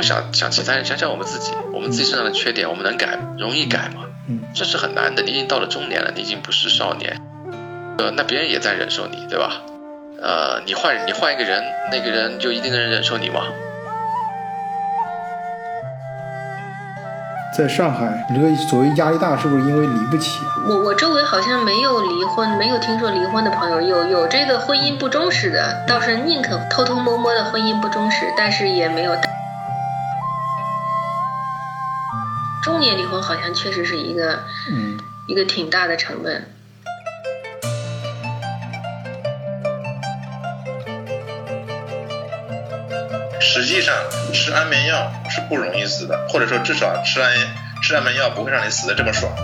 想其他人，想想我们自己，我们自己身上的缺点，我们能改，容易改吗？这是很难的。你已经到了中年了，你已经不是少年，那别人也在忍受你，对吧？你换一个人，那个人就一定能忍受你吗？ 在上海，你这个所谓压力大，是不是因为离不起啊？ 我周围好像没有离婚，没有听说离婚的朋友，有这个婚姻不忠实的，倒是宁可偷偷摸摸的婚姻不忠实，但是也没有。中年离婚好像确实是一个挺大的成本。 实际上吃安眠药是不容易死的，或者说至少吃安眠药不会让你死得这么爽。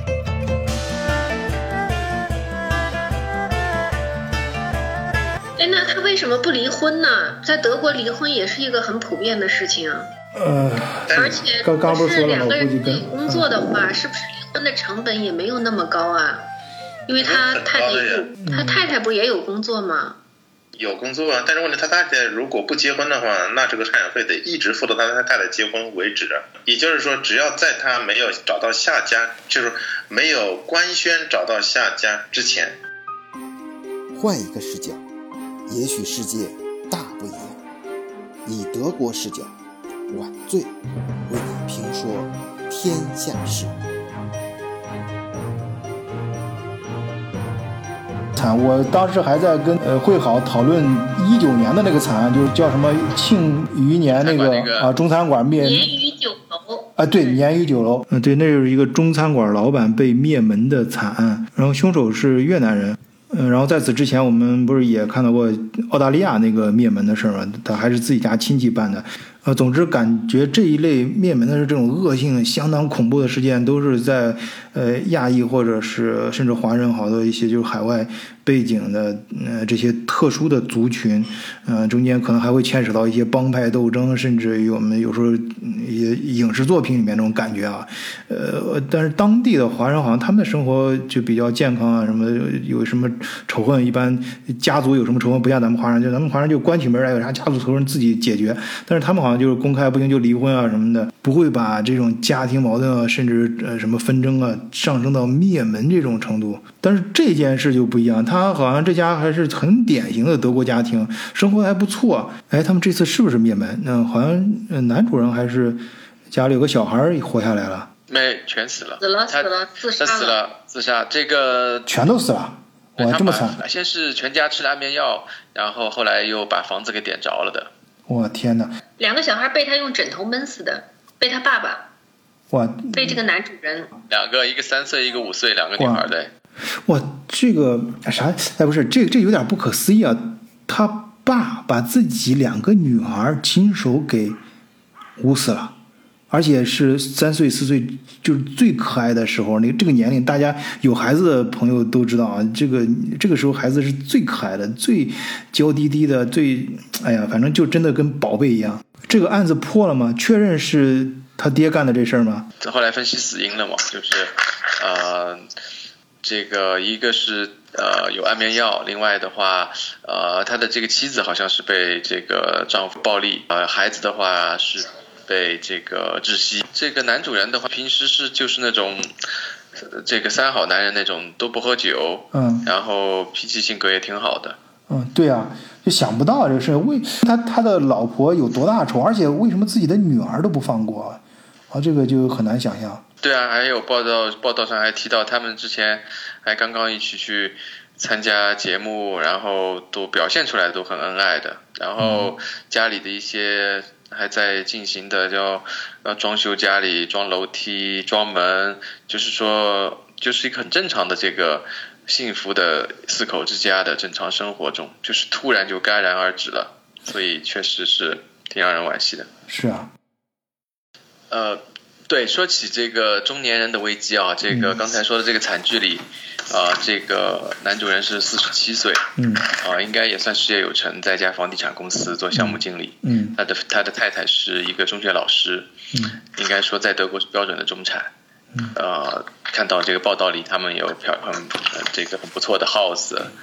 那他为什么不离婚呢？在德国离婚也是一个很普遍的事情。而且刚不是说了吗？ 两个人一起工作的话，是不是离婚的成本也没有那么高啊？因为他太太不也有工作吗？ 有工作啊，但是问题他太太如果不结婚的话，那这个赡养费得一直付到他太太结婚为止。也就是说，只要在他没有找到下家，就是没有官宣找到下家之前。 换一个视角，也许世界大不一样。以德国视角，晚醉为你评说天下事。 我当时还在跟会好讨论19年的那个惨案，就是叫什么庆余年那个中餐馆灭年余酒楼啊，对，年余酒楼，对，那就是一个中餐馆老板被灭门的惨案，然后凶手是越南人。然后在此之前，我们不是也看到过澳大利亚那个灭门的事吗？他还是自己家亲戚办的。总之感觉这一类灭门的这种恶性相当恐怖的事件，都是在亚裔或者是甚至华人好多一些就是海外背景的这些特殊的族群，中间可能还会牵扯到一些帮派斗争，甚至于我们有时候一些影视作品里面那种感觉啊。但是当地的华人好像他们的生活就比较健康啊，什么有什么仇恨，一般家族有什么仇恨不像咱们华人，就咱们华人就关起门来有啥家族仇恨自己解决，但是他们好像就是公开不行就离婚啊什么的，不会把这种家庭矛盾啊，甚至什么纷争啊上升到灭门这种程度。但是这件事就不一样，他好像这家还是很典型的德国家庭，生活还不错。他们这次是不是灭门？好像男主人还是家里有个小孩活下来了， 没，全死了， 死了， 自杀，这个全都死了。哇，这么惨！ 先是全家吃了安眠药，然后后来又把房子给点着了的。 我天哪 ！2个小孩被他用枕头闷死的，被他爸爸， 哇， 被这个男主人 ，2个，一个3岁，一个5岁，2个女孩的。 哇，这个啥？不是，这有点不可思议啊！他爸把自己2个女孩亲手给捂死了。而且是3岁4岁，就是最可爱的时候，这个年龄，大家有孩子的朋友都知道啊，这个时候孩子是最可爱的，最娇滴滴的，反正就真的跟宝贝一样。这个案子破了吗？确认是他爹干的这事儿吗？ 后来分析死因了嘛，就是这个一个是有安眠药，另外的话他的这个妻子好像是被这个丈夫暴力，孩子的话是被这个窒息。这个男主人的话，平时就是那种这个3好男人那种，都不喝酒，然后脾气性格也挺好的。 对啊，就想不到这个事，为他的老婆有多大仇，而且为什么自己的女儿都不放过啊？这个就很难想象。 对啊，还有报道上还提到他们之前还刚刚一起去参加节目，然后都表现出来都很恩爱的，然后家里的一些还在进行的，叫装修家里，装楼梯，装门，就是说就是一个很正常的这个幸福的4口之家的正常生活中，就是突然就戛然而止了，所以确实是挺让人惋惜的。 是啊。 对，说起这个中年人的危机啊，这个刚才说的这个惨剧里，这个男主人是47岁，应该也算事业有成，在一家房地产公司做项目经理，他的太太是一个中学老师，应该说在德国是标准的中产，看到这个报道里，他们有这个很不错的 house，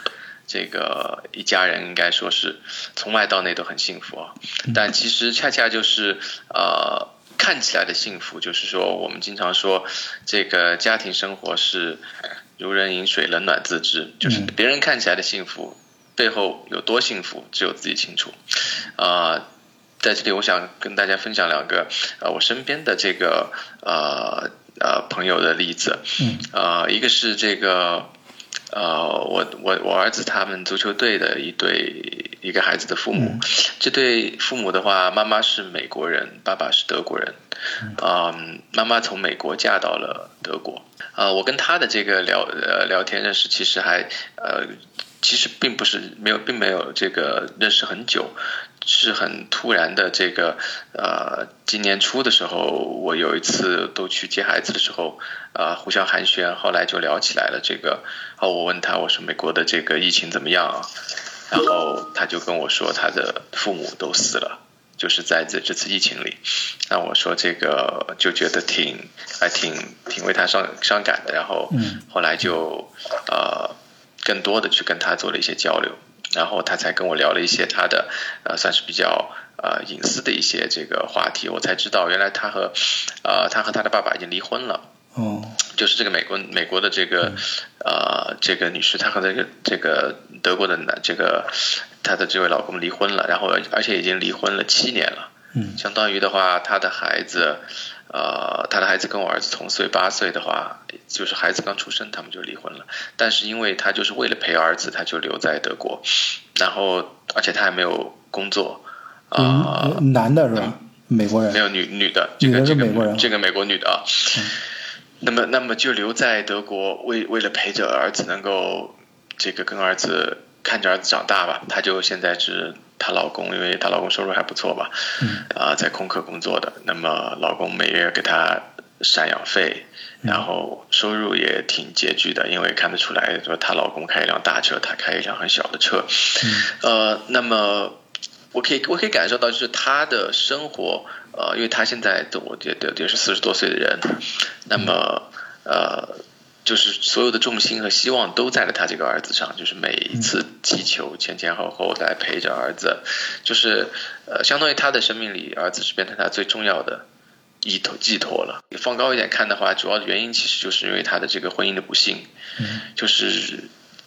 这个一家人应该说是从外到内都很幸福啊，但其实恰恰就是看起来的幸福，就是说我们经常说这个家庭生活是如人饮水，冷暖自知，就是别人看起来的幸福背后有多幸福只有自己清楚。在这里我想跟大家分享2个我身边的这个朋友的例子。一个是这个我儿子他们足球队的一个孩子的父母，这对父母的话，妈妈是美国人，爸爸是德国人。妈妈从美国嫁到了德国。我跟他的这个聊天认识，其实并没有这个认识很久，是很突然的。这个今年初的时候，我有一次都去接孩子的时候，互相寒暄，后来就聊起来了。这个我问他，我说美国的这个疫情怎么样啊？然后他就跟我说他的父母都死了，就是在这次疫情里。那我说这个就觉得挺为他伤感的。然后后来就更多的去跟他做了一些交流，然后他才跟我聊了一些他的算是比较隐私的一些这个话题。我才知道原来他和他的爸爸已经离婚了。就是这个美国的这个女士，她和这个德国的她的这位老公离婚了，然后而且已经离婚了7年了。相当于的话，他的孩子跟我儿子同岁8岁的话，就是孩子刚出生他们就离婚了。但是因为他就是为了陪儿子，他就留在德国，然后而且他还没有工作。 男的是吧？美国人没有女的， 女的是美国人， 这个美国女的啊。那么就留在德国，为了陪着儿子，能够这个跟儿子看着儿子长大吧。她就现在是她老公，因为她老公收入还不错吧，在空客工作的。那么老公每月给她赡养费，然后收入也挺拮据的，因为看得出来说她老公开一辆大车，她开一辆很小的车。那么我可以感受到，就是她的生活。因为他现在我觉得也是40多岁的人，那么就是所有的重心和希望都在了他这个儿子上，就是每一次击球前后来陪着儿子，就是相当于他的生命里，儿子是变成他最重要的寄托了。放高一点看的话，主要的原因其实就是因为他的这个婚姻的不幸，就是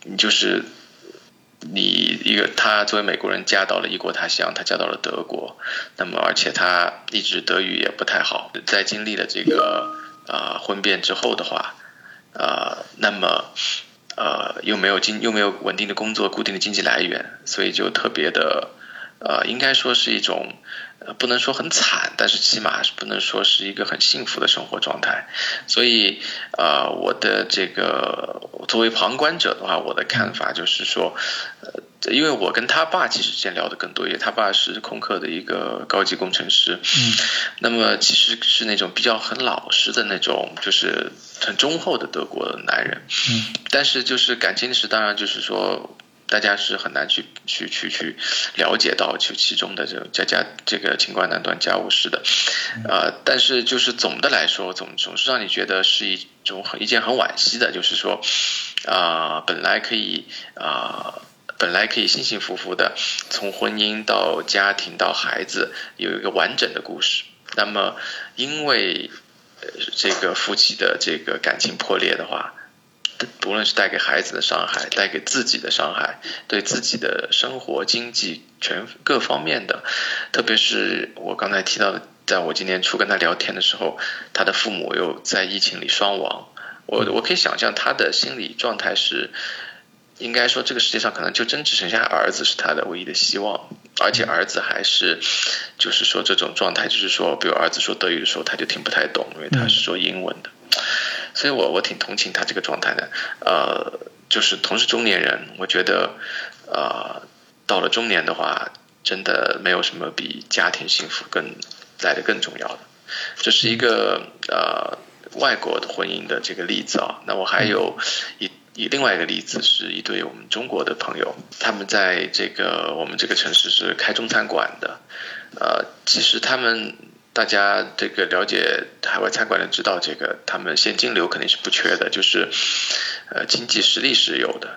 她作为美国人嫁到了异国他乡，她嫁到了德国，那么而且她一直德语也不太好，在经历了这个婚变之后的话，那么又没有稳定的工作、固定的经济来源，所以就特别的应该说是一种不能说很惨，但是起码不能说是一个很幸福的生活状态。所以我的这个作为旁观者的话，我的看法就是说，因为我跟他爸其实之前聊的更多一点，他爸是空客的一个高级工程师，那么其实是那种比较很老实的那种，就是很忠厚的德国的男人，但是就是感情史当然就是说大家是很难去了解到其中的这个情关难断家务事的，但是就是总的来说，总是让你觉得是一件很惋惜的，就是说本来可以幸幸福福的从婚姻到家庭到孩子有一个完整的故事，那么因为这个夫妻的这个感情破裂的话，不论是带给孩子的伤害，带给自己的伤害，对自己的生活经济各方面的，特别是我刚才提到的，在我今年初跟他聊天的时候，他的父母又在疫情里双亡，我可以想象他的心理状态是，应该说这个世界上可能就真只剩下儿子是他的唯一的希望，而且儿子还是就是说这种状态，就是说比如儿子说德语的时候他就听不太懂，因为他是说英文的，所以我挺同情他这个状态的。就是同是中年人，我觉得到了中年的话，真的没有什么比家庭幸福来得更重要的。这是一个外国的婚姻的这个例子啊。那我还有另外一个例子，是一对我们中国的朋友，他们在我们这个城市是开中餐馆的。其实大家这个了解海外餐馆的知道，这个他们现金流肯定是不缺的，就是经济实力是有的。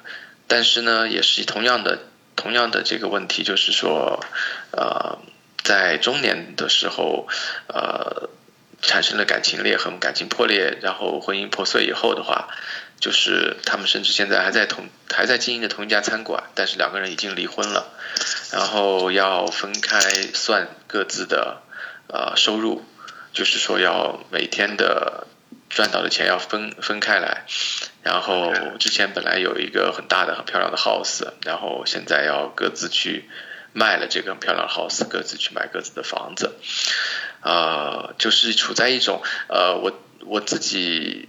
但是呢，也是同样的这个问题，就是说，在中年的时候，产生了感情裂痕、感情破裂，然后婚姻破碎以后的话，就是他们甚至现在还在经营着同一家餐馆，但是两个人已经离婚了，然后要分开算各自的收入，就是说要每天的赚到的钱要分开来，然后之前本来有一个很大的很漂亮的 house， 然后现在要各自去卖了这个很漂亮的 house， 各自去买各自的房子，就是处在一种我自己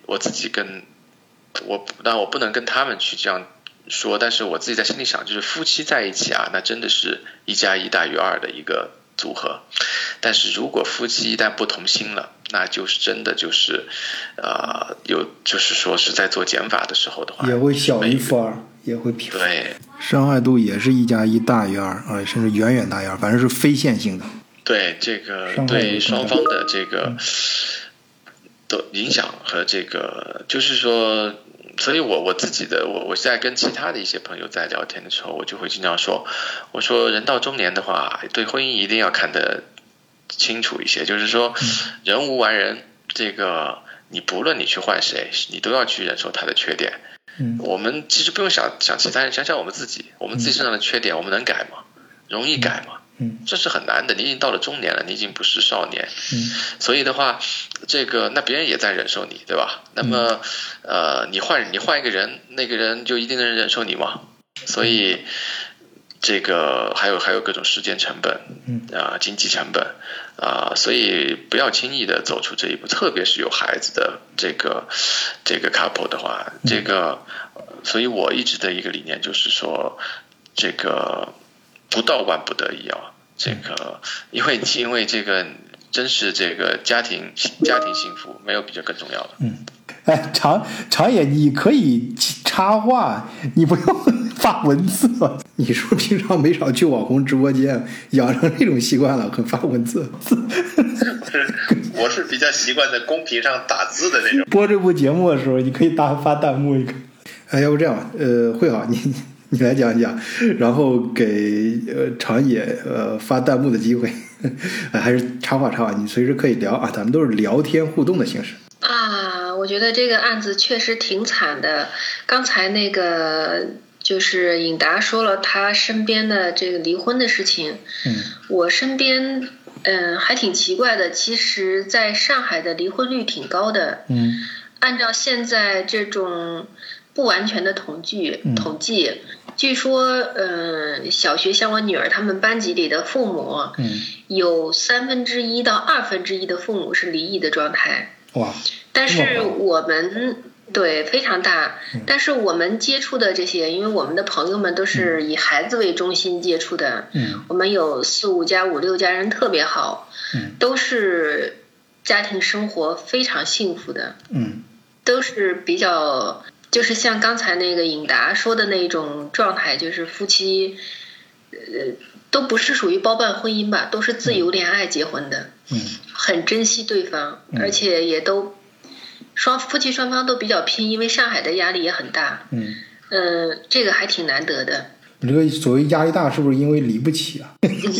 当然我不能跟他们去这样说，但是我自己在心里想，就是夫妻在一起啊，那真的是1+1大于2的一个组合。但是如果夫妻一旦不同心了，那就是真的就是就是说是在做减法的时候的话， 也会小于负2，也会平。 对， 伤害度也是1+1大于2啊，甚至远远大于2，反正是非线性的。 对，这个对双方的这个的影响和这个就是说，所以我自己的我现在跟其他的一些朋友在聊天的时候，我就会经常说，我说人到中年的话，对婚姻一定要看得清楚一些，就是说人无完人，这个你不论你去换谁，你都要去忍受他的缺点。我们其实不用想其他人，想想我们自己身上的缺点，我们能改吗？容易改吗？这是很难的，你已经到了中年了，你已经不是少年，所以的话，这个那别人也在忍受你，对吧？那么你换一个人，那个人就一定能忍受你吗？所以这个还有各种时间成本，经济成本，所以不要轻易的走出这一步，特别是有孩子的这个 couple 的话，这个，所以我一直的一个理念就是说，这个不到万不得已啊，这个因为这个真是这个家庭幸福没有比这更重要的。 哎，长野，你可以插话，你不用发文字了。你说平常没少去网红直播间，养成这种习惯了，很发文字。 我是比较习惯在公屏上打字的那种。 播这部节目的时候，你可以发弹幕一个。哎，要不这样吧，慧好，你来讲一讲，然后给长野发弹幕的机会，还是插话，你随时可以聊啊，咱们都是聊天互动的形式。 我觉得这个案子确实挺惨的。刚才那个就是尹达说了他身边的这个离婚的事情，我身边还挺奇怪的，其实在上海的离婚率挺高的。按照现在这种不完全的统计，据说小学像我女儿他们班级里的父母，有1/3到1/2的父母是离异的状态。 哇！ 但是我们对非常大，但是我们接触的这些，因为我们的朋友们都是以孩子为中心接触的，我们有4、5家、5、6家人特别好，都是家庭生活非常幸福的，都是比较就是像刚才那个尹达说的那种状态，就是夫妻都不是属于包办婚姻吧，都是自由恋爱结婚的，很珍惜对方，而且也都夫妻双方都比较拼，因为上海的压力也很大，这个还挺难得的。 你这个所谓压力大，是不是因为离不起啊？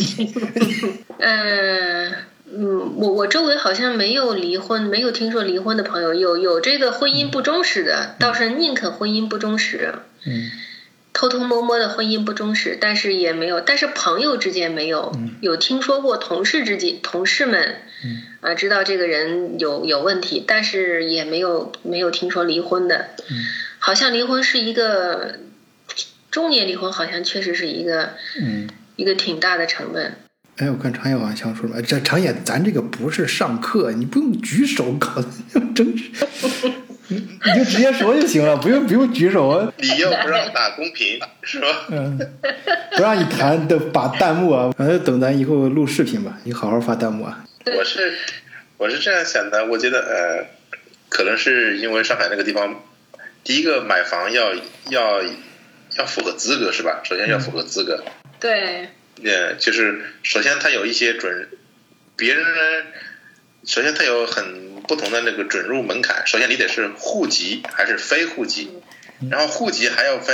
我周围好像没有听说离婚的朋友，有这个婚姻不忠实的，倒是宁可婚姻不忠实，偷偷摸摸的婚姻不忠实，但是也没有，但是朋友之间没有，有听说过同事们，知道这个人有问题，但是也没有听说离婚的，好像离婚是一个中年离婚，好像确实是一个挺大的成本。 哎，我看长野好像想说什么，这长野，咱这个不是上课，你不用举手，搞得真是。你就直接说就行了，不用举手啊。 你又不让打公屏，是吧？ 不让你弹的把弹幕啊，等咱以后录视频吧，你好好发弹幕啊。 我是这样想的，我觉得可能是因为上海那个地方，第一个买房要符合资格是吧？首先要符合资格。 对。 就是首先它有一些别人呢，首先它有很不同的那个准入门槛。首先你得是户籍还是非户籍，然后户籍还要分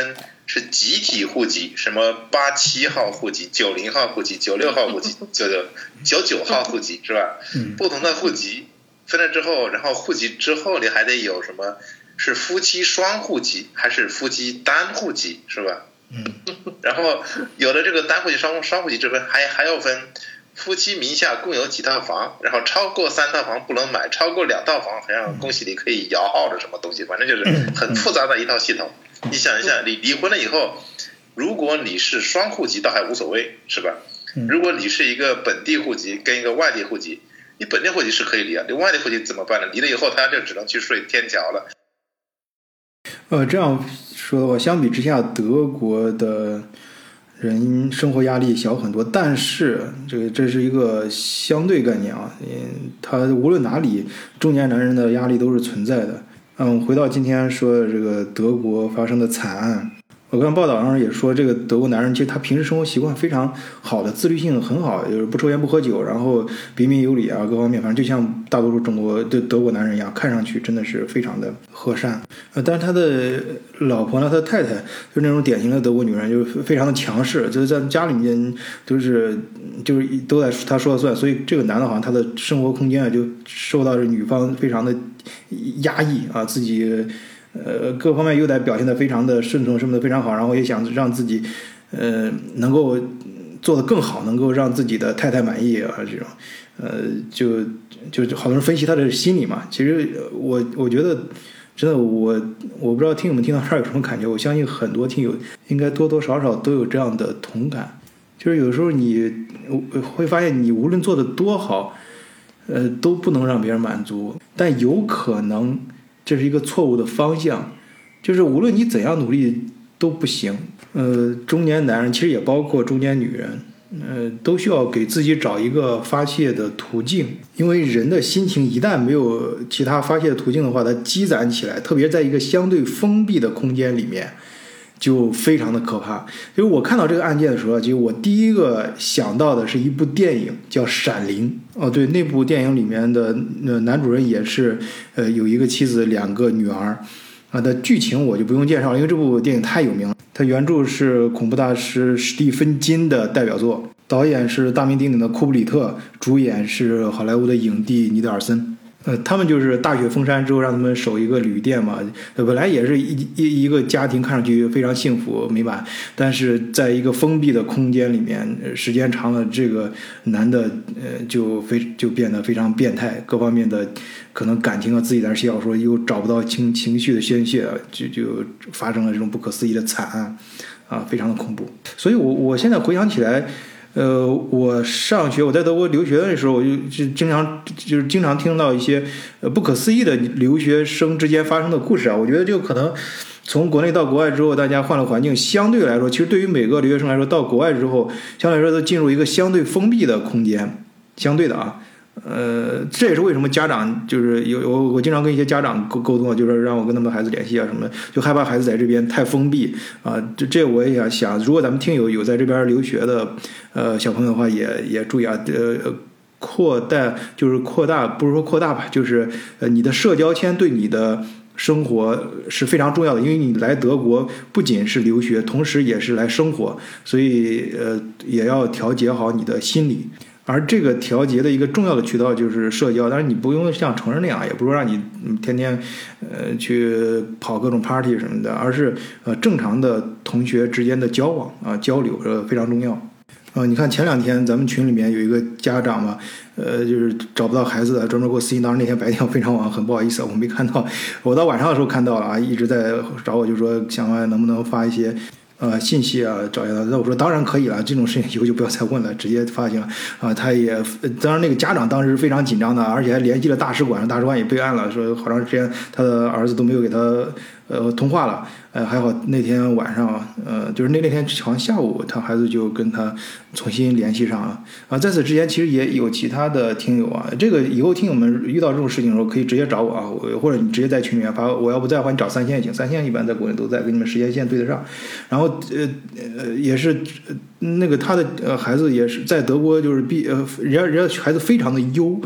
是集体户籍，什么87号户籍、90号户籍、96号户籍、99号户籍是吧？不同的户籍分了之后，然后户籍之后你还得有什么？是夫妻双户籍还是夫妻单户籍是吧？然后有了这个单户籍、双户籍之分，还要分夫妻名下共有几套房，然后超过3套房不能买，超过2套房好像恭喜你可以摇号的什么东西，反正就是很复杂的一套系统。你想一下，你离婚了以后，如果你是双户籍倒还无所谓是吧？如果你是一个本地户籍跟一个外地户籍，你本地户籍是可以离啊，你外地户籍怎么办呢？离了以后他就只能去睡天桥了。 这样说的话，相比之下，德国的人生活压力小很多，但是这是一个相对概念啊，他无论哪里，中年男人的压力都是存在的。回到今天说的这个德国发生的惨案，我看报道上也说，这个德国男人其实他平时生活习惯非常好的，自律性很好，就是不抽烟不喝酒，然后彬彬有礼啊，各方面反正就像大多数德国男人一样，看上去真的是非常的和善。但是他的老婆呢，他的太太就是那种典型的德国女人，就是非常的强势，就是在家里面就是都在他说了算，所以这个男的好像他的生活空间啊就受到女方非常的压抑啊，自己各方面优点表现得非常的顺从，什么的非常好，然后也想让自己能够做得更好，能够让自己的太太满意啊，这种就好多人分析他的心理嘛。其实我觉得真的我不知道听友们听到这儿有什么感觉，我相信很多听友应该多多少少都有这样的同感，就是有时候你会发现你无论做得多好都不能让别人满足，但有可能这是一个错误的方向，就是无论你怎样努力都不行。中年男人其实也包括中年女人，都需要给自己找一个发泄的途径，因为人的心情一旦没有其他发泄的途径的话，它积攒起来，特别在一个相对封闭的空间里面就非常的可怕。就是我看到这个案件的时候，其实我第一个想到的是一部电影叫《闪灵》。对，那部电影里面的男主人也是有一个妻子2个女儿的剧情我就不用介绍了，因为这部电影太有名了。它原著是恐怖大师史蒂芬金的代表作，导演是大名鼎鼎的库布里特，主演是好莱坞的影帝尼德尔森。他们就是大雪封山之后让他们守一个旅店嘛，本来也是一个家庭，看上去非常幸福美满，但是在一个封闭的空间里面，时间长了，这个男的就变得非常变态，各方面的可能感情啊自己在写小说又找不到情绪的宣泄，就发生了这种不可思议的惨案啊，非常的恐怖。所以我现在回想起来，我上学我在德国留学的时候，我就经常听到一些不可思议的留学生之间发生的故事啊。我觉得这个可能从国内到国外之后，大家换了环境，相对来说，其实对于每个留学生来说，到国外之后，相对来说都进入一个相对封闭的空间，相对的啊。这也是为什么家长就是我经常跟一些家长沟通啊，就是让我跟他们孩子联系啊什么的，就害怕孩子在这边太封闭啊。这我也想，如果咱们听友有在这边留学的小朋友的话，也注意啊，扩大不是说扩大吧，就是你的社交圈对你的生活是非常重要的，因为你来德国不仅是留学，同时也是来生活，所以也要调节好你的心理。而这个调节的一个重要的渠道就是社交，当然你不用像成人那样，也不是说让你天天去跑各种 party 什么的，而是正常的同学之间的交往啊交流非常重要。你看前2天咱们群里面有一个家长嘛，就是找不到孩子的，专门给我私信，当然那天白天我非常晚，很不好意思我没看到，我到晚上的时候看到了啊，一直在找我，就说想问能不能发一些信息啊，找一下他。那我说当然可以了，这种事情以后就不要再问了，直接发行啊。他也当然那个家长当时非常紧张的，而且还联系了大使馆，大使馆也备案了，说好长时间他的儿子都没有给他通话了。还好那天晚上就是那天好像下午他孩子就跟他重新联系上了啊。在此之前其实也有其他的听友啊，这个以后听友们遇到这种事情的时候可以直接找我啊，或者你直接在群里面发，我要不在的话你找3线也行，3线一般在国内都在，跟你们时间线对得上。然后也是那个他的孩子也是在德国，就是人家孩子非常的优，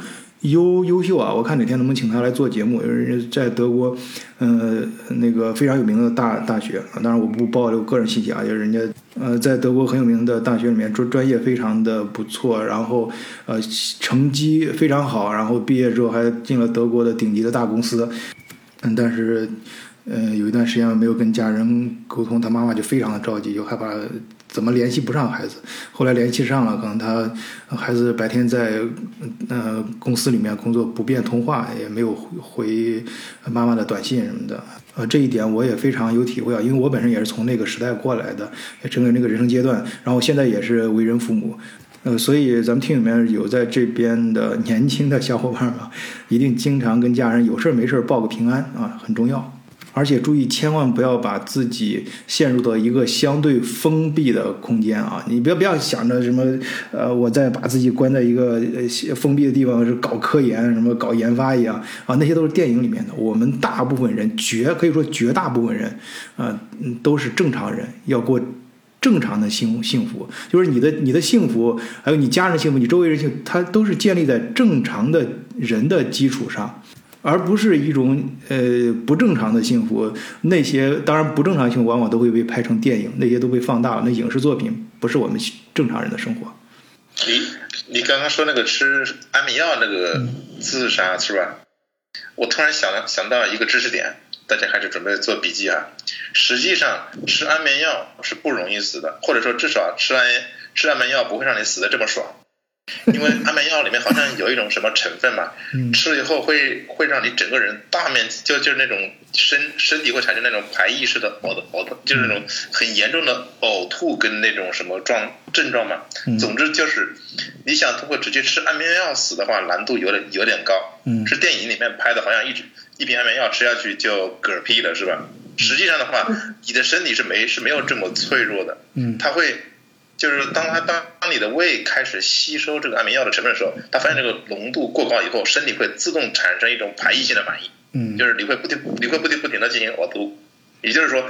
优秀啊！我看哪天能不能请他来做节目。人家在德国，那个非常有名的大学啊，当然我不暴露个人信息啊，就是人家在德国很有名的大学里面专业非常的不错，然后成绩非常好，然后毕业之后还进了德国的顶级的大公司，但是有一段时间没有跟家人沟通，他妈妈就非常的着急，就害怕怎么联系不上孩子。后来联系上了，可能他孩子白天在公司里面工作不便通话，也没有回妈妈的短信什么的。这一点我也非常有体会啊，因为我本身也是从那个时代过来的，整个那个人生阶段，然后现在也是为人父母。所以咱们听里面有在这边的年轻的小伙伴啊，一定经常跟家人有事没事报个平安啊，很重要。而且注意，千万不要把自己陷入到一个相对封闭的空间啊！你不要想着什么，我再把自己关在一个封闭的地方是搞科研、什么搞研发一样啊，那些都是电影里面的。我们大部分人，可以说绝大部分人，都是正常人，要过正常的幸福，就是你的幸福，还有你家人的幸福，你周围人幸福，它都是建立在正常的人的基础上。而不是一种不正常的幸福，那些当然不正常幸福往往都会被拍成电影，那些都被放大了，那影视作品不是我们正常人的生活。 你刚刚说那个吃安眠药那个自杀是吧？我突然想到一个知识点，大家还是准备做笔记啊。实际上吃安眠药是不容易死的，或者说至少吃安眠药不会让你死得这么爽。因为安眠药里面好像有一种什么成分嘛，吃了以后会让你整个人大面积就是那种身体会产生那种排异式的呕吐，就是那种很严重的呕吐跟那种什么症状嘛。总之就是你想通过直接吃安眠药死的话，难度有点高。是电影里面拍的，好像一瓶安眠药吃下去就嗝屁了是吧？实际上的话，你的身体是没有这么脆弱的。它会。就是当你的胃开始吸收这个安眠药的成分的时候，它发现这个浓度过高以后，身体会自动产生一种排异性的反应，就是你会不停的进行呕吐，也就是说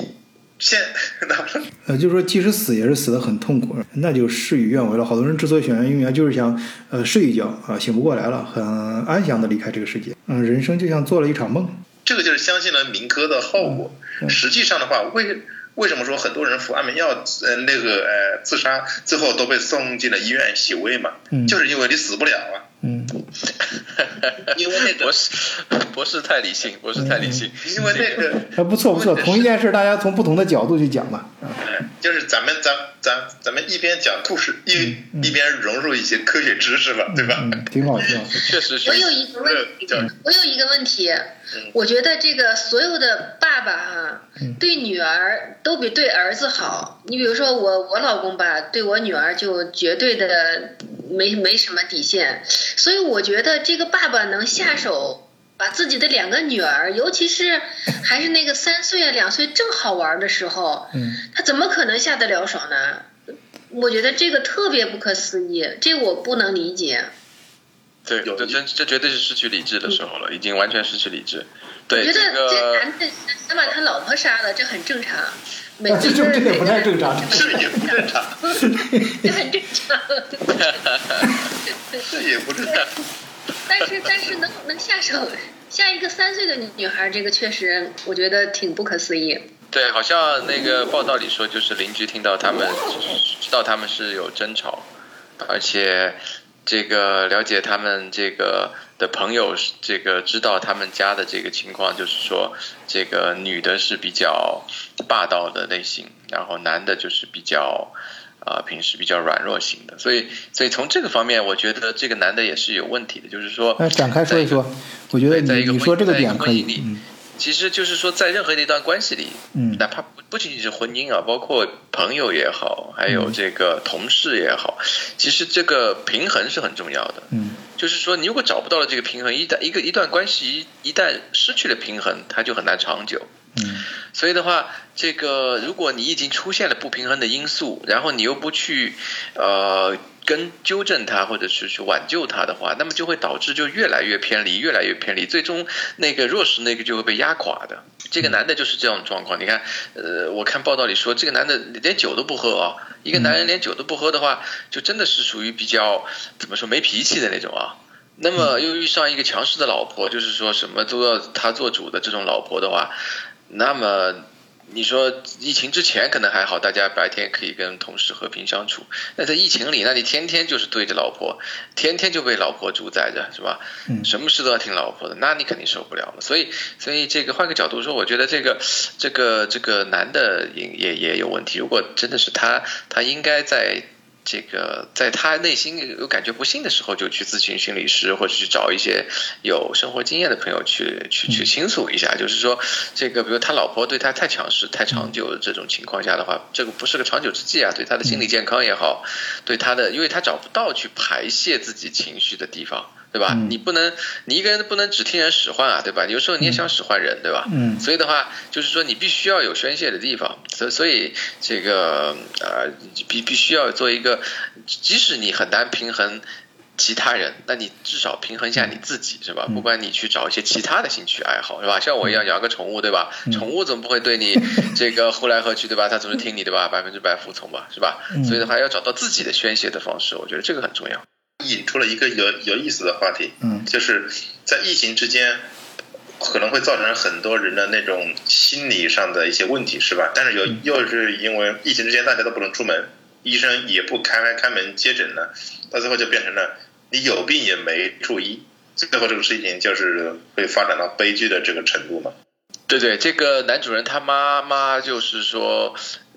就是说即使死也是死得很痛苦，那就事与愿违了。好多人之所以选择运营，就是想睡一觉啊，醒不过来了，很安详的离开这个世界。人生就像做了一场梦， 这个就是相信了民科的后果。实际上的话，为什么说很多人服安眠药自杀最后都被送进了医院洗胃嘛？就是因为你死不了啊。因为那个博士太理性， 因为那个不错，同一件事大家从不同的角度去讲嘛。 就是咱们一边讲故事，一边融入一些科学知识吧，对吧？ 挺好。 确实是。 我有一个问题，我觉得这个所有的爸爸啊，对女儿都比对儿子好。你比如说我老公吧，对我女儿就绝对的没什么底线，所以我觉得这个爸爸能下手把自己的2个女儿，尤其是还是那个3岁啊2岁正好玩的时候，他怎么可能下得了手呢？我觉得这个特别不可思议，这我不能理解。 对，这绝对是失去理智的时候了，已经完全失去理智。对， 我觉得这男的想把他老婆杀了，这很正常。这也不太正常， 这也不正常， 这很正常。 这也不正常。 但是能下手下一个3岁的女孩，这个确实我觉得挺不可思议。 对，好像那个报道里说，就是邻居听到他们知道他们是有争吵，而且这个了解他们这个的朋友，这个知道他们家的这个情况，就是说这个女的是比较霸道的类型，然后男的就是比较平时比较软弱型的，所以从这个方面，我觉得这个男的也是有问题的，就是说展开说一说，我觉得你说这个点可以。 其实就是说，在任何的一段关系里，哪怕不仅仅是婚姻啊，包括朋友也好，还有这个同事也好，其实这个平衡是很重要的。就是说，你如果找不到了这个平衡，一段关系一旦失去了平衡，它就很难长久。所以的话，这个如果你已经出现了不平衡的因素，然后你又不去纠正它，或者是去挽救它的话，那么就会导致就越来越偏离，最终那个弱势那个就会被压垮的。这个男的就是这样的状况。你看，我看报道里说，这个男的连酒都不喝啊。一个男人连酒都不喝的话，就真的是属于比较怎么说没脾气的那种啊。 那么又遇上一个强势的老婆，就是说什么都要他做主的这种老婆的话，那么你说疫情之前可能还好，大家白天可以跟同事和平相处。那在疫情里，那你天天就是对着老婆，天天就被老婆主宰着，是吧？什么事都要听老婆的，那你肯定受不了了。所以这个换个角度说，我觉得这个男的也有问题。如果真的是他应该在他内心有感觉不幸的时候，就去咨询心理师，或者去找一些有生活经验的朋友去倾诉一下。就是说，比如他老婆对他太强势、太长久的这种情况下的话，这个不是个长久之计啊，对他的心理健康也好，对他的，因为他找不到去排泄自己情绪的地方。对吧？你一个人不能只听人使唤啊，对吧？有时候你也想使唤人，对吧？所以的话，就是说你必须要有宣泄的地方，所以这个必须要做一个，即使你很难平衡其他人，那你至少平衡一下你自己，是吧？不管你去找一些其他的兴趣爱好，是吧？像我一样养个宠物，对吧？宠物总不会对你这个呼来喝去，对吧？它总是听你，对吧？100%服从吧，是吧？所以的话，要找到自己的宣泄的方式，我觉得这个很重要。 引出了一个有意思的话题，就是在疫情之间可能会造成很多人的那种心理上的一些问题，是吧？但是又是因为疫情之间大家都不能出门，医生也不开门接诊了，到最后就变成了你有病也没处医，最后这个事情就是会发展到悲剧的这个程度嘛。 对，这个男主人他妈妈就是说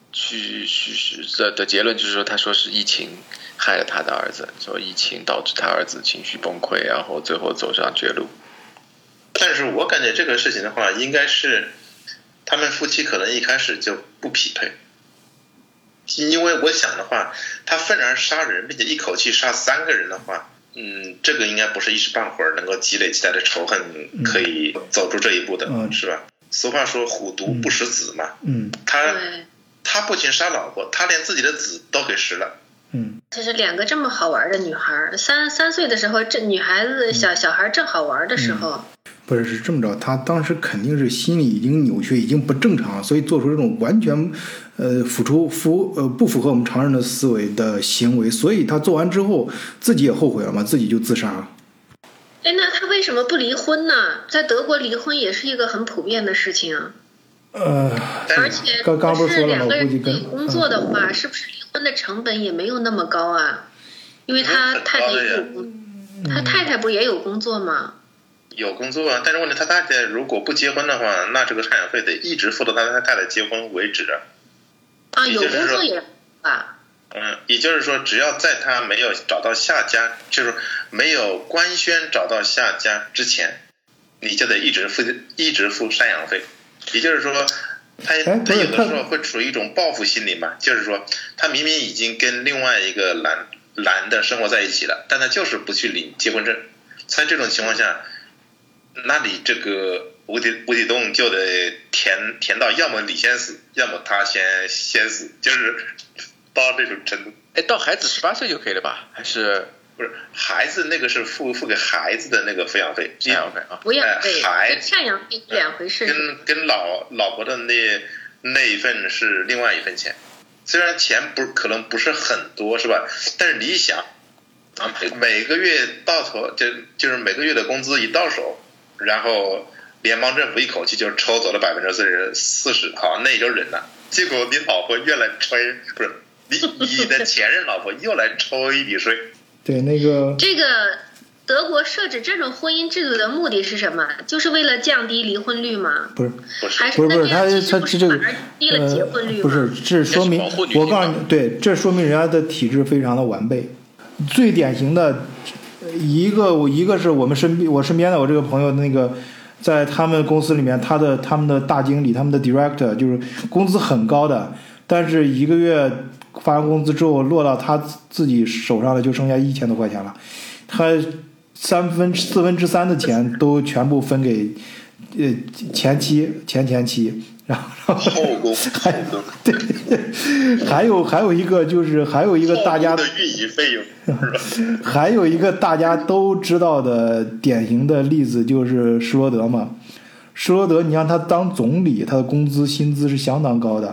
的结论就是说，他说是疫情害了他的儿子，说疫情导致他儿子情绪崩溃，然后最后走上绝路。 但是我感觉这个事情的话，应该是他们夫妻可能一开始就不匹配，因为我想的话，他愤然杀人，并且一口气杀3个人的话，这个应该不是一时半会儿能够积累起来的仇恨可以走出这一步的，是吧？俗话说虎毒不食子嘛，他不仅杀老婆，他连自己的子都给食了。 这是2个这么好玩的女孩，3岁的时候，这女孩子小孩正好玩的时候。 不是这么着，他当时肯定是心理已经扭曲，已经不正常，所以做出这种完全不符合我们常人的思维的行为，所以他做完之后自己也后悔了嘛，自己就自杀了。 那他为什么不离婚呢？在德国离婚也是一个很普遍的事情啊。而且刚不是说了吗？ 两个人一起工作的话，是不是离婚的成本也没有那么高啊？因为他太太也有他太太不也有工作吗？ 有工作啊，但是问题他太太如果不结婚的话，那这个赡养费得一直付到他太太结婚为止啊。 有工作也吧？ 也就是说，只要在他没有找到下家，就是没有官宣找到下家之前，你就得一直付赡养费。也就是说，他有的时候会处于一种报复心理嘛，就是说，他明明已经跟另外一个男的生活在一起了，但他就是不去领结婚证。在这种情况下，那你这个无底洞就得填到要么你先死，要么他先死，就是到这种程度。 到孩子18岁就可以了吧？还是不是孩子那个是付给孩子的那个抚养费？ 赡养费啊， 抚养费、赡养费2回事。 跟老婆的那一份是另外一份钱，虽然钱可能不是很多，是吧？但是你一想，每个月到头就是每个月的工资一到手，然后联邦政府一口气就抽走了40%，好，那也就忍了。结果你老婆又来吹，不是你的前任老婆又来抽一笔税。 对，这个德国设置这种婚姻制度的目的是什么？就是为了降低离婚率吗？ 不是， 还是那他这个低了结婚率吗？ 不是，这说明我告诉你，对，这说明人家的体制非常的完备。最典型的一个是我身边的我这个朋友，那个在他们公司里面，他们的大经理，他们的 director 就是工资很高的，但是1个月发完工资之后落到他自己手上的就剩下1000多块钱了，他3/4的钱都全部分给前妻，然后还有一个就是还有一个大家的运营费用， 还有一个大家都知道的典型的例子就是施罗德嘛。施罗德，你让他当总理，他的薪资是相当高的，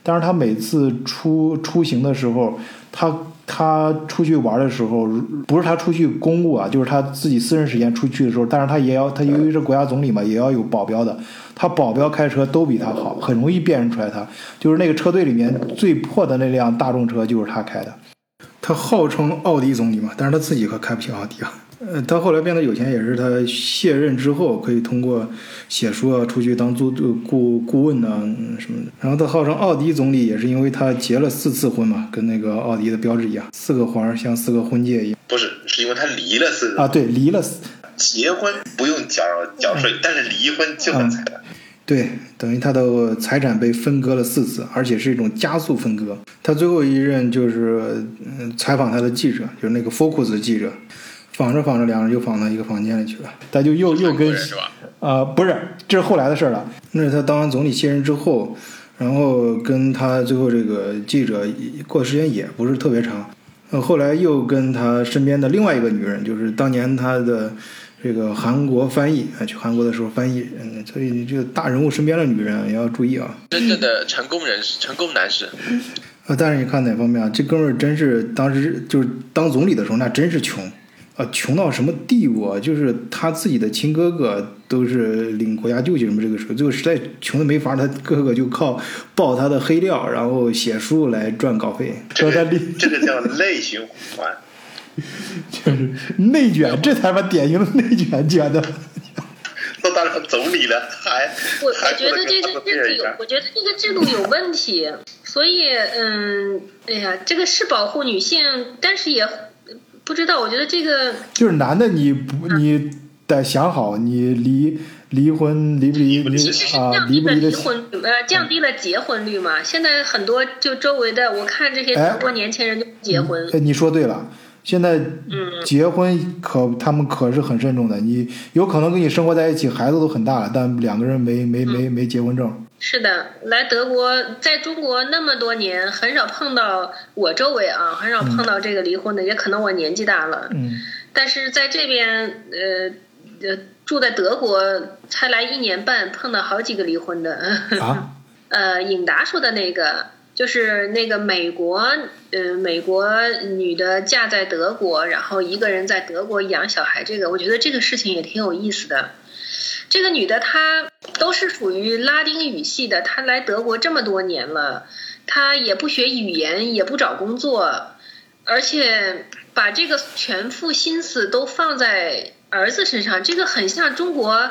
但是他每次出行的时候，他出去玩的时候，不是他出去公务啊，就是他自己私人时间出去的时候，但是他由于是国家总理嘛，也要有保镖的，他保镖开车都比他好，很容易辨认出来他，就是那个车队里面最破的那辆大众车就是他开的。他号称奥迪总理嘛，但是他自己可开不起奥迪啊。他后来变得有钱也是他卸任之后可以通过写书啊出去当顾问啊什么的。然后他号称奥迪总理也是因为他结了4次婚嘛，跟那个奥迪的标志一样，4个环像4个婚戒一样。 不是，是因为他离了4个啊，对，离了结婚不用缴税，但是离婚就很惨的。 对，等于他的财产被分割了4次，而且是一种加速分割。他最后一任就是采访他的记者，就是那个 Focus 的记者，访着两人就访到一个房间里去了，他就又跟不是，这是后来的事了。那是他当完总理卸任之后，然后跟他最后这个记者过的时间也不是特别长，后来又跟他身边的另外一个女人，就是当年他的这个韩国翻译去韩国的时候翻译，所以这个大人物身边的女人也要注意啊。 真正的成功人士、成功男士。 但是你看哪方面啊？这哥们儿真是当时就是当总理的时候，那真是穷穷到什么地步啊？就是他自己的亲哥哥都是领国家救济什么这个时候，最后实在穷的没法，他哥哥就靠爆他的黑料，然后写书来赚稿费。 这个叫内循环。 就是内卷，这才把典型的内卷卷的。 都当上总理了， 我觉得这个制度有问题，所以哎呀，这个是保护女性，但是也不知道，我觉得这个就是男的你得想好，你离婚离不离离不离的降低了结婚率嘛。现在很多就周围的，我看这些德国年轻人就不结婚。 你说对了。现在结婚他们可是很慎重的，你有可能跟你生活在一起，孩子都很大了，但2个人没结婚证。 是的，来德国，在中国那么多年，很少碰到，我周围啊，很少碰到这个离婚的，也可能我年纪大了。但是在这边住在德国才来1年半，碰到好几个离婚的。尹达说的那个。就是那个美国女的嫁在德国，然后一个人在德国养小孩，这个我觉得这个事情也挺有意思的。这个女的她都是属于拉丁语系的，她来德国这么多年了，她也不学语言，也不找工作，而且把这个全副心思都放在儿子身上，这个很像中国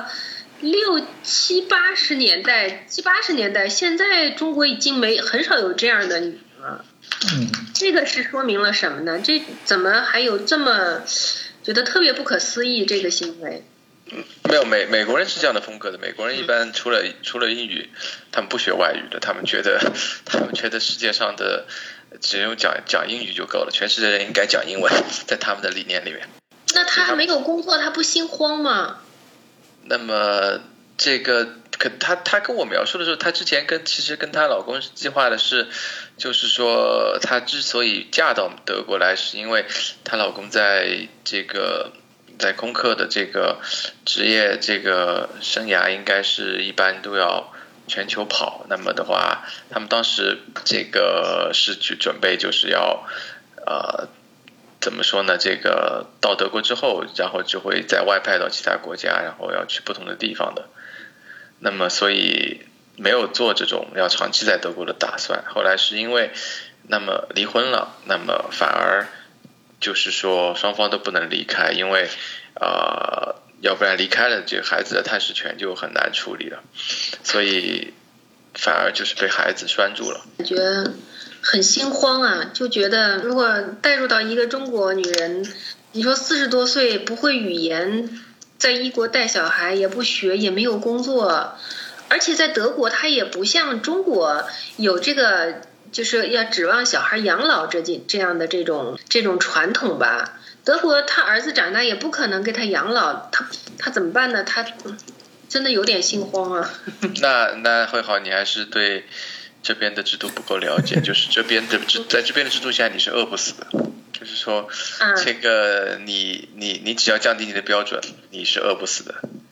70、80年代，现在中国已经很少有这样的女人了。这个是说明了什么呢？这怎么还有这么觉得特别不可思议这个行为？ 没有，美国人是这样的风格的。美国人一般除了英语，他们不学外语的。他们觉得世界上的只有讲英语就够了，全世界人应该讲英文，在他们的理念里面。 那他没有工作，他不心慌吗？ 那么这个她跟我描述的时候，她之前其实跟她老公计划的是，就是说她之所以嫁到德国来，是因为她老公在空客的这个职业这个生涯应该是一般都要全球跑。那么的话，他们当时这个是去准备就是要怎么说呢？这个到德国之后，然后就会再外派到其他国家，然后要去不同的地方的。那么所以没有做这种要长期在德国的打算。后来是因为那么离婚了，那么反而就是说双方都不能离开，因为要不然离开了这个孩子的探视权就很难处理了，所以反而就是被孩子拴住了。 我觉得很心慌啊，就觉得如果带入到一个中国女人，你说40多岁不会语言，在异国带小孩，也不学，也没有工作，而且在德国她也不像中国有这个就是要指望小孩养老这样的这种传统吧。德国他儿子长大也不可能给他养老，他怎么办呢？他真的有点心慌啊。 那会好，你还是对这边的制度不够了解，就是在这边的制度下你是饿不死的，就是说这个你只要降低你的标准，你是饿不死的。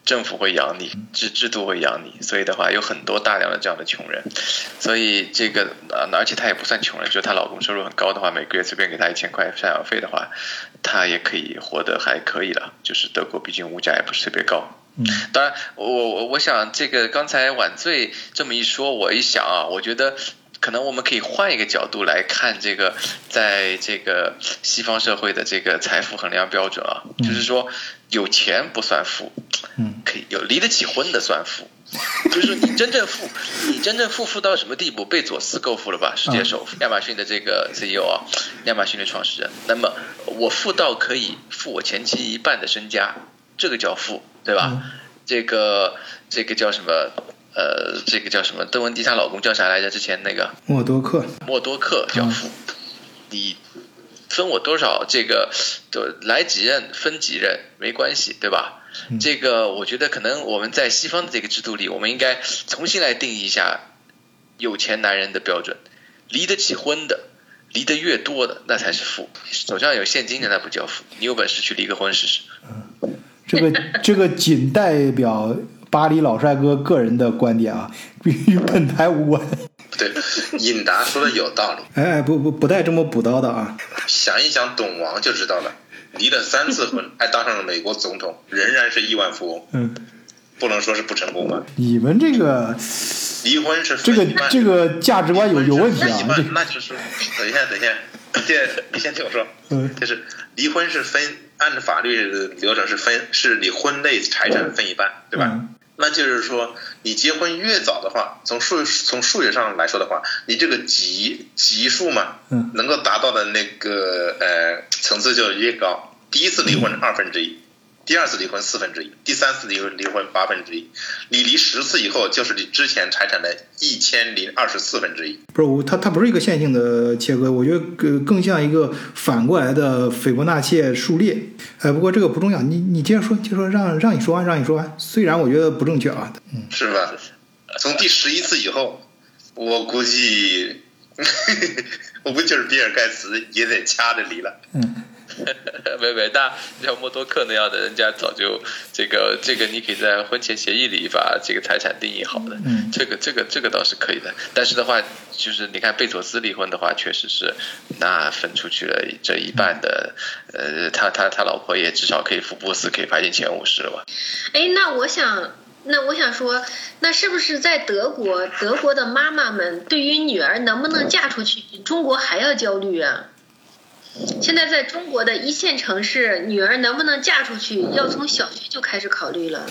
政府会养你，制度会养你，所以的话有很多大量的这样的穷人，所以这个而且她也不算穷人，就是她老公收入很高的话，每个月随便给她1000块赡养费的话，她也可以活得还可以了。就是德国毕竟物价也不是特别高。当然我想这个刚才晚醉这么一说，我一想啊，我觉得可能我们可以换一个角度来看这个，在这个西方社会的这个财富衡量标准啊，就是说有钱不算富，可以有离得起婚的算富，就是说你真正富到什么地步？贝佐斯够富了吧？世界首富，亚马逊的这个 CEO 啊，亚马逊的创始人。那么我富到可以付我前妻1半的身家，这个叫富，对吧？这个叫什么？这个叫什么？邓文迪她老公叫啥来着？之前那个默多克叫富。你分我多少？这个来几任分几任没关系，对吧？这个我觉得可能我们在西方的这个制度里，我们应该重新来定义一下有钱男人的标准。离得起婚的，离得越多的，那才是富。手上有现金的那不叫富。你有本事去离个婚试试。 这个仅代表巴黎老帅哥个人的观点啊，与本台无关。 对，尹达说的有道理。 不带这么补刀的啊。 想一想董王就知道了，离了3次婚，还当上了美国总统，仍然是亿万富翁。不能说是不成功吧？你们这个离婚是这个价值观有问题啊。 那就是等一下，你先听我说。就是离婚是按照法律的流程是你婚内财产分1半，对吧？那就是说你结婚越早的话，从数学上来说的话，你这个级数嘛，能够达到的那个层次就越高。第一次离婚1/2，第2次离婚1/4，第3次离婚1/8。你离10次以后，就是你之前财产的1024分之一。 不是它不是一个线性的切割，我觉得更像一个反过来的斐波那契数列。不过这个不重要，你接着说，让你说完。虽然我觉得不正确啊。 是吧？从第11次以后，我估计就是比尔盖茨也得掐着离了。 没，但像默多克那样的人家早就这个你可以在婚前协议里把这个财产定义好的，这个倒是可以的。但是的话，就是你看贝佐斯离婚的话，确实是那分出去了这1半的，他老婆也至少可以福布斯可以排进前50了吧？ 那我想说，那是不是在德国的妈妈们对于女儿能不能嫁出去，比中国还要焦虑啊？现在在中国的1线城市，女儿能不能嫁出去，要从小学就开始考虑了。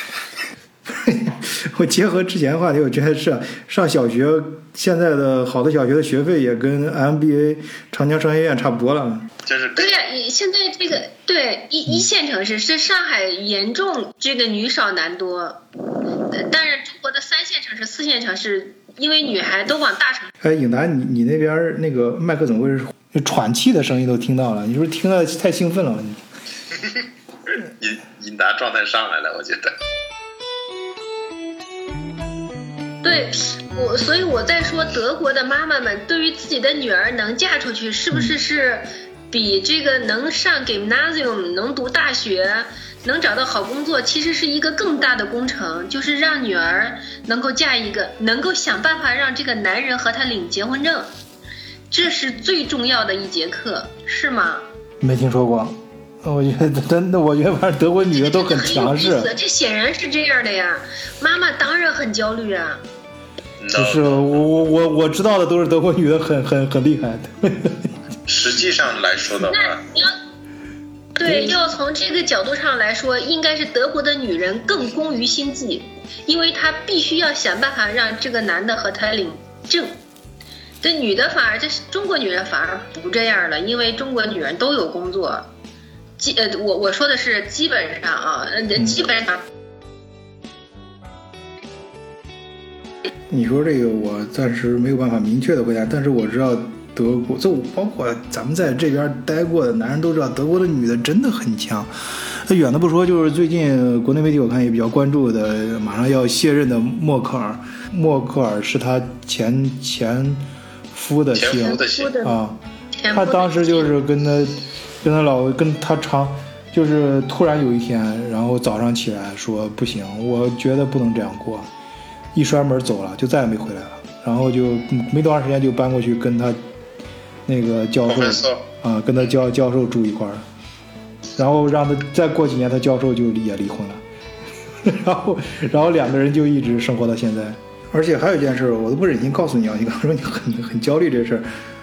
我结合之前的话题，我觉得是上小学，现在的好的小学的学费也跟 MBA 长江商学院差不多了。 对呀，现在这个对一线城市是上海严重这个女少男多，但是中国的3线城市、4线城市，因为女孩都往大城市。 颖达，你那边那个麦克怎么回事？喘气的声音都听到了，你是不是听得太兴奋了？ 尹达状态上来了，我觉得。 对，所以我在说德国的妈妈们对于自己的女儿能嫁出去，是不是比这个能上 gymnasium 能读大学能找到好工作，其实是一个更大的工程，就是让女儿能够嫁一个，能够想办法让这个男人和她领结婚证，这是最重要的一节课，是吗？ 没听说过。我觉得真的，我觉得反正德国女的都很强势。 这显然是这样的呀，妈妈当然很焦虑啊。 就是我知道的都是德国女的很厉害的。 实际上来说的话， 那你要从这个角度上来说，应该是德国的女人更工于心计，因为她必须要想办法让这个男的和她领证。这女的反而，这中国女人反而不这样了，因为中国女人都有工作。我说的是基本上啊，基本上。 你说这个我暂时没有办法明确的回答，但是我知道德国，就包括咱们在这边待过的男人都知道，德国的女的真的很强。远的不说，就是最近国内媒体我看也比较关注的，马上要卸任的默克尔是他前夫的妻啊，他当时就是跟他就是突然有一天，然后早上起来说不行，我觉得不能这样过，一摔门走了，就再也没回来了。然后就没多长时间就搬过去跟他那个教授啊，跟他教授住一块儿，然后让他再过几年，他教授就也离婚了，然后两个人就一直生活到现在。而且还有一件事，我都不忍心告诉你啊，你刚说你很焦虑这事儿，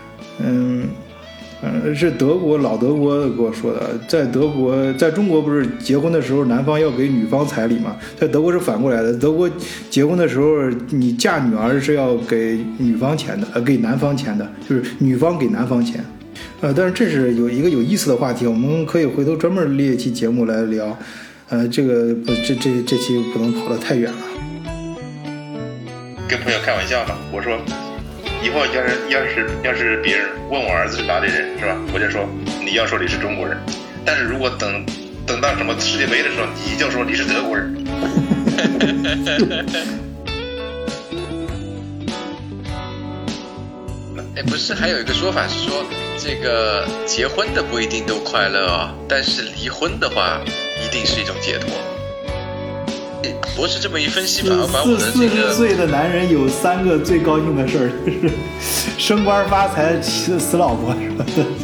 是德国老德国跟我说的，在中国不是结婚的时候男方要给女方彩礼嘛，在德国是反过来的，德国结婚的时候你嫁女儿是要给女方钱的，给男方钱的，就是女方给男方钱。但是这是有一个有意思的话题，我们可以回头专门列一期节目来聊。这个这期不能跑得太远了。 跟朋友开玩笑嘛，我说以后要是别人问我儿子是哪里人是吧，我就说你要说你是中国人，但是如果等到什么世界杯的时候，你就说你是德国人。 不是还有一个说法是说，这个结婚的不一定都快乐啊，但是离婚的话一定是一种解脱。博士这么一分析，反而把我的这个 40岁的男人有3个最高兴的事儿，就是升官发财、死老婆什么的。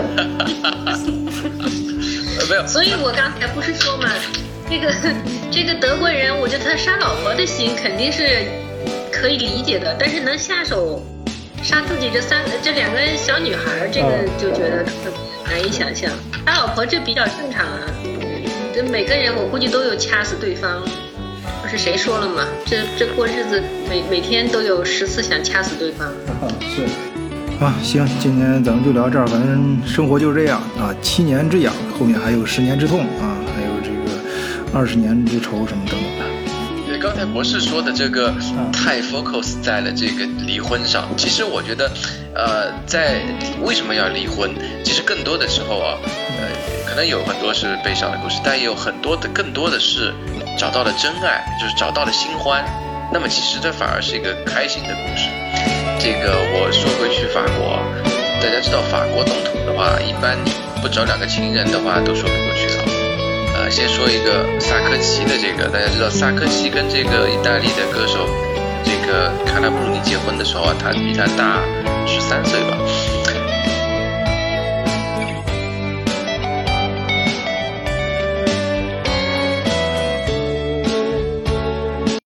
没有， 所以我刚才不是说嘛，这个德国人，我觉得他杀老婆的心肯定是可以理解的，但是能下手杀自己这两个小女孩，这个就觉得特别难以想象。杀老婆这比较正常啊，这每个人我估计都有掐死对方。不是谁说了吗？这过日子每天都有10次想掐死对方。 是。行，今天咱们就聊这儿，反正生活就是这样啊，7年之痒，后面还有10年之痛啊，还有这个20年之愁什么等等的。 对，刚才博士说的这个太 focus 在了这个离婚上，其实我觉得，在为什么要离婚，其实更多的时候啊，可能有很多是悲伤的故事，但也有更多的是找到了真爱，就是找到了新欢。那么其实这反而是一个开心的故事。这个我说回去法国，大家知道法国总统的话，一般你不找2个情人的话都说不过去啊。先说一个萨科齐的这个，大家知道萨科齐跟这个意大利的歌手这个卡拉布鲁尼结婚的时候啊，他比他大13岁吧。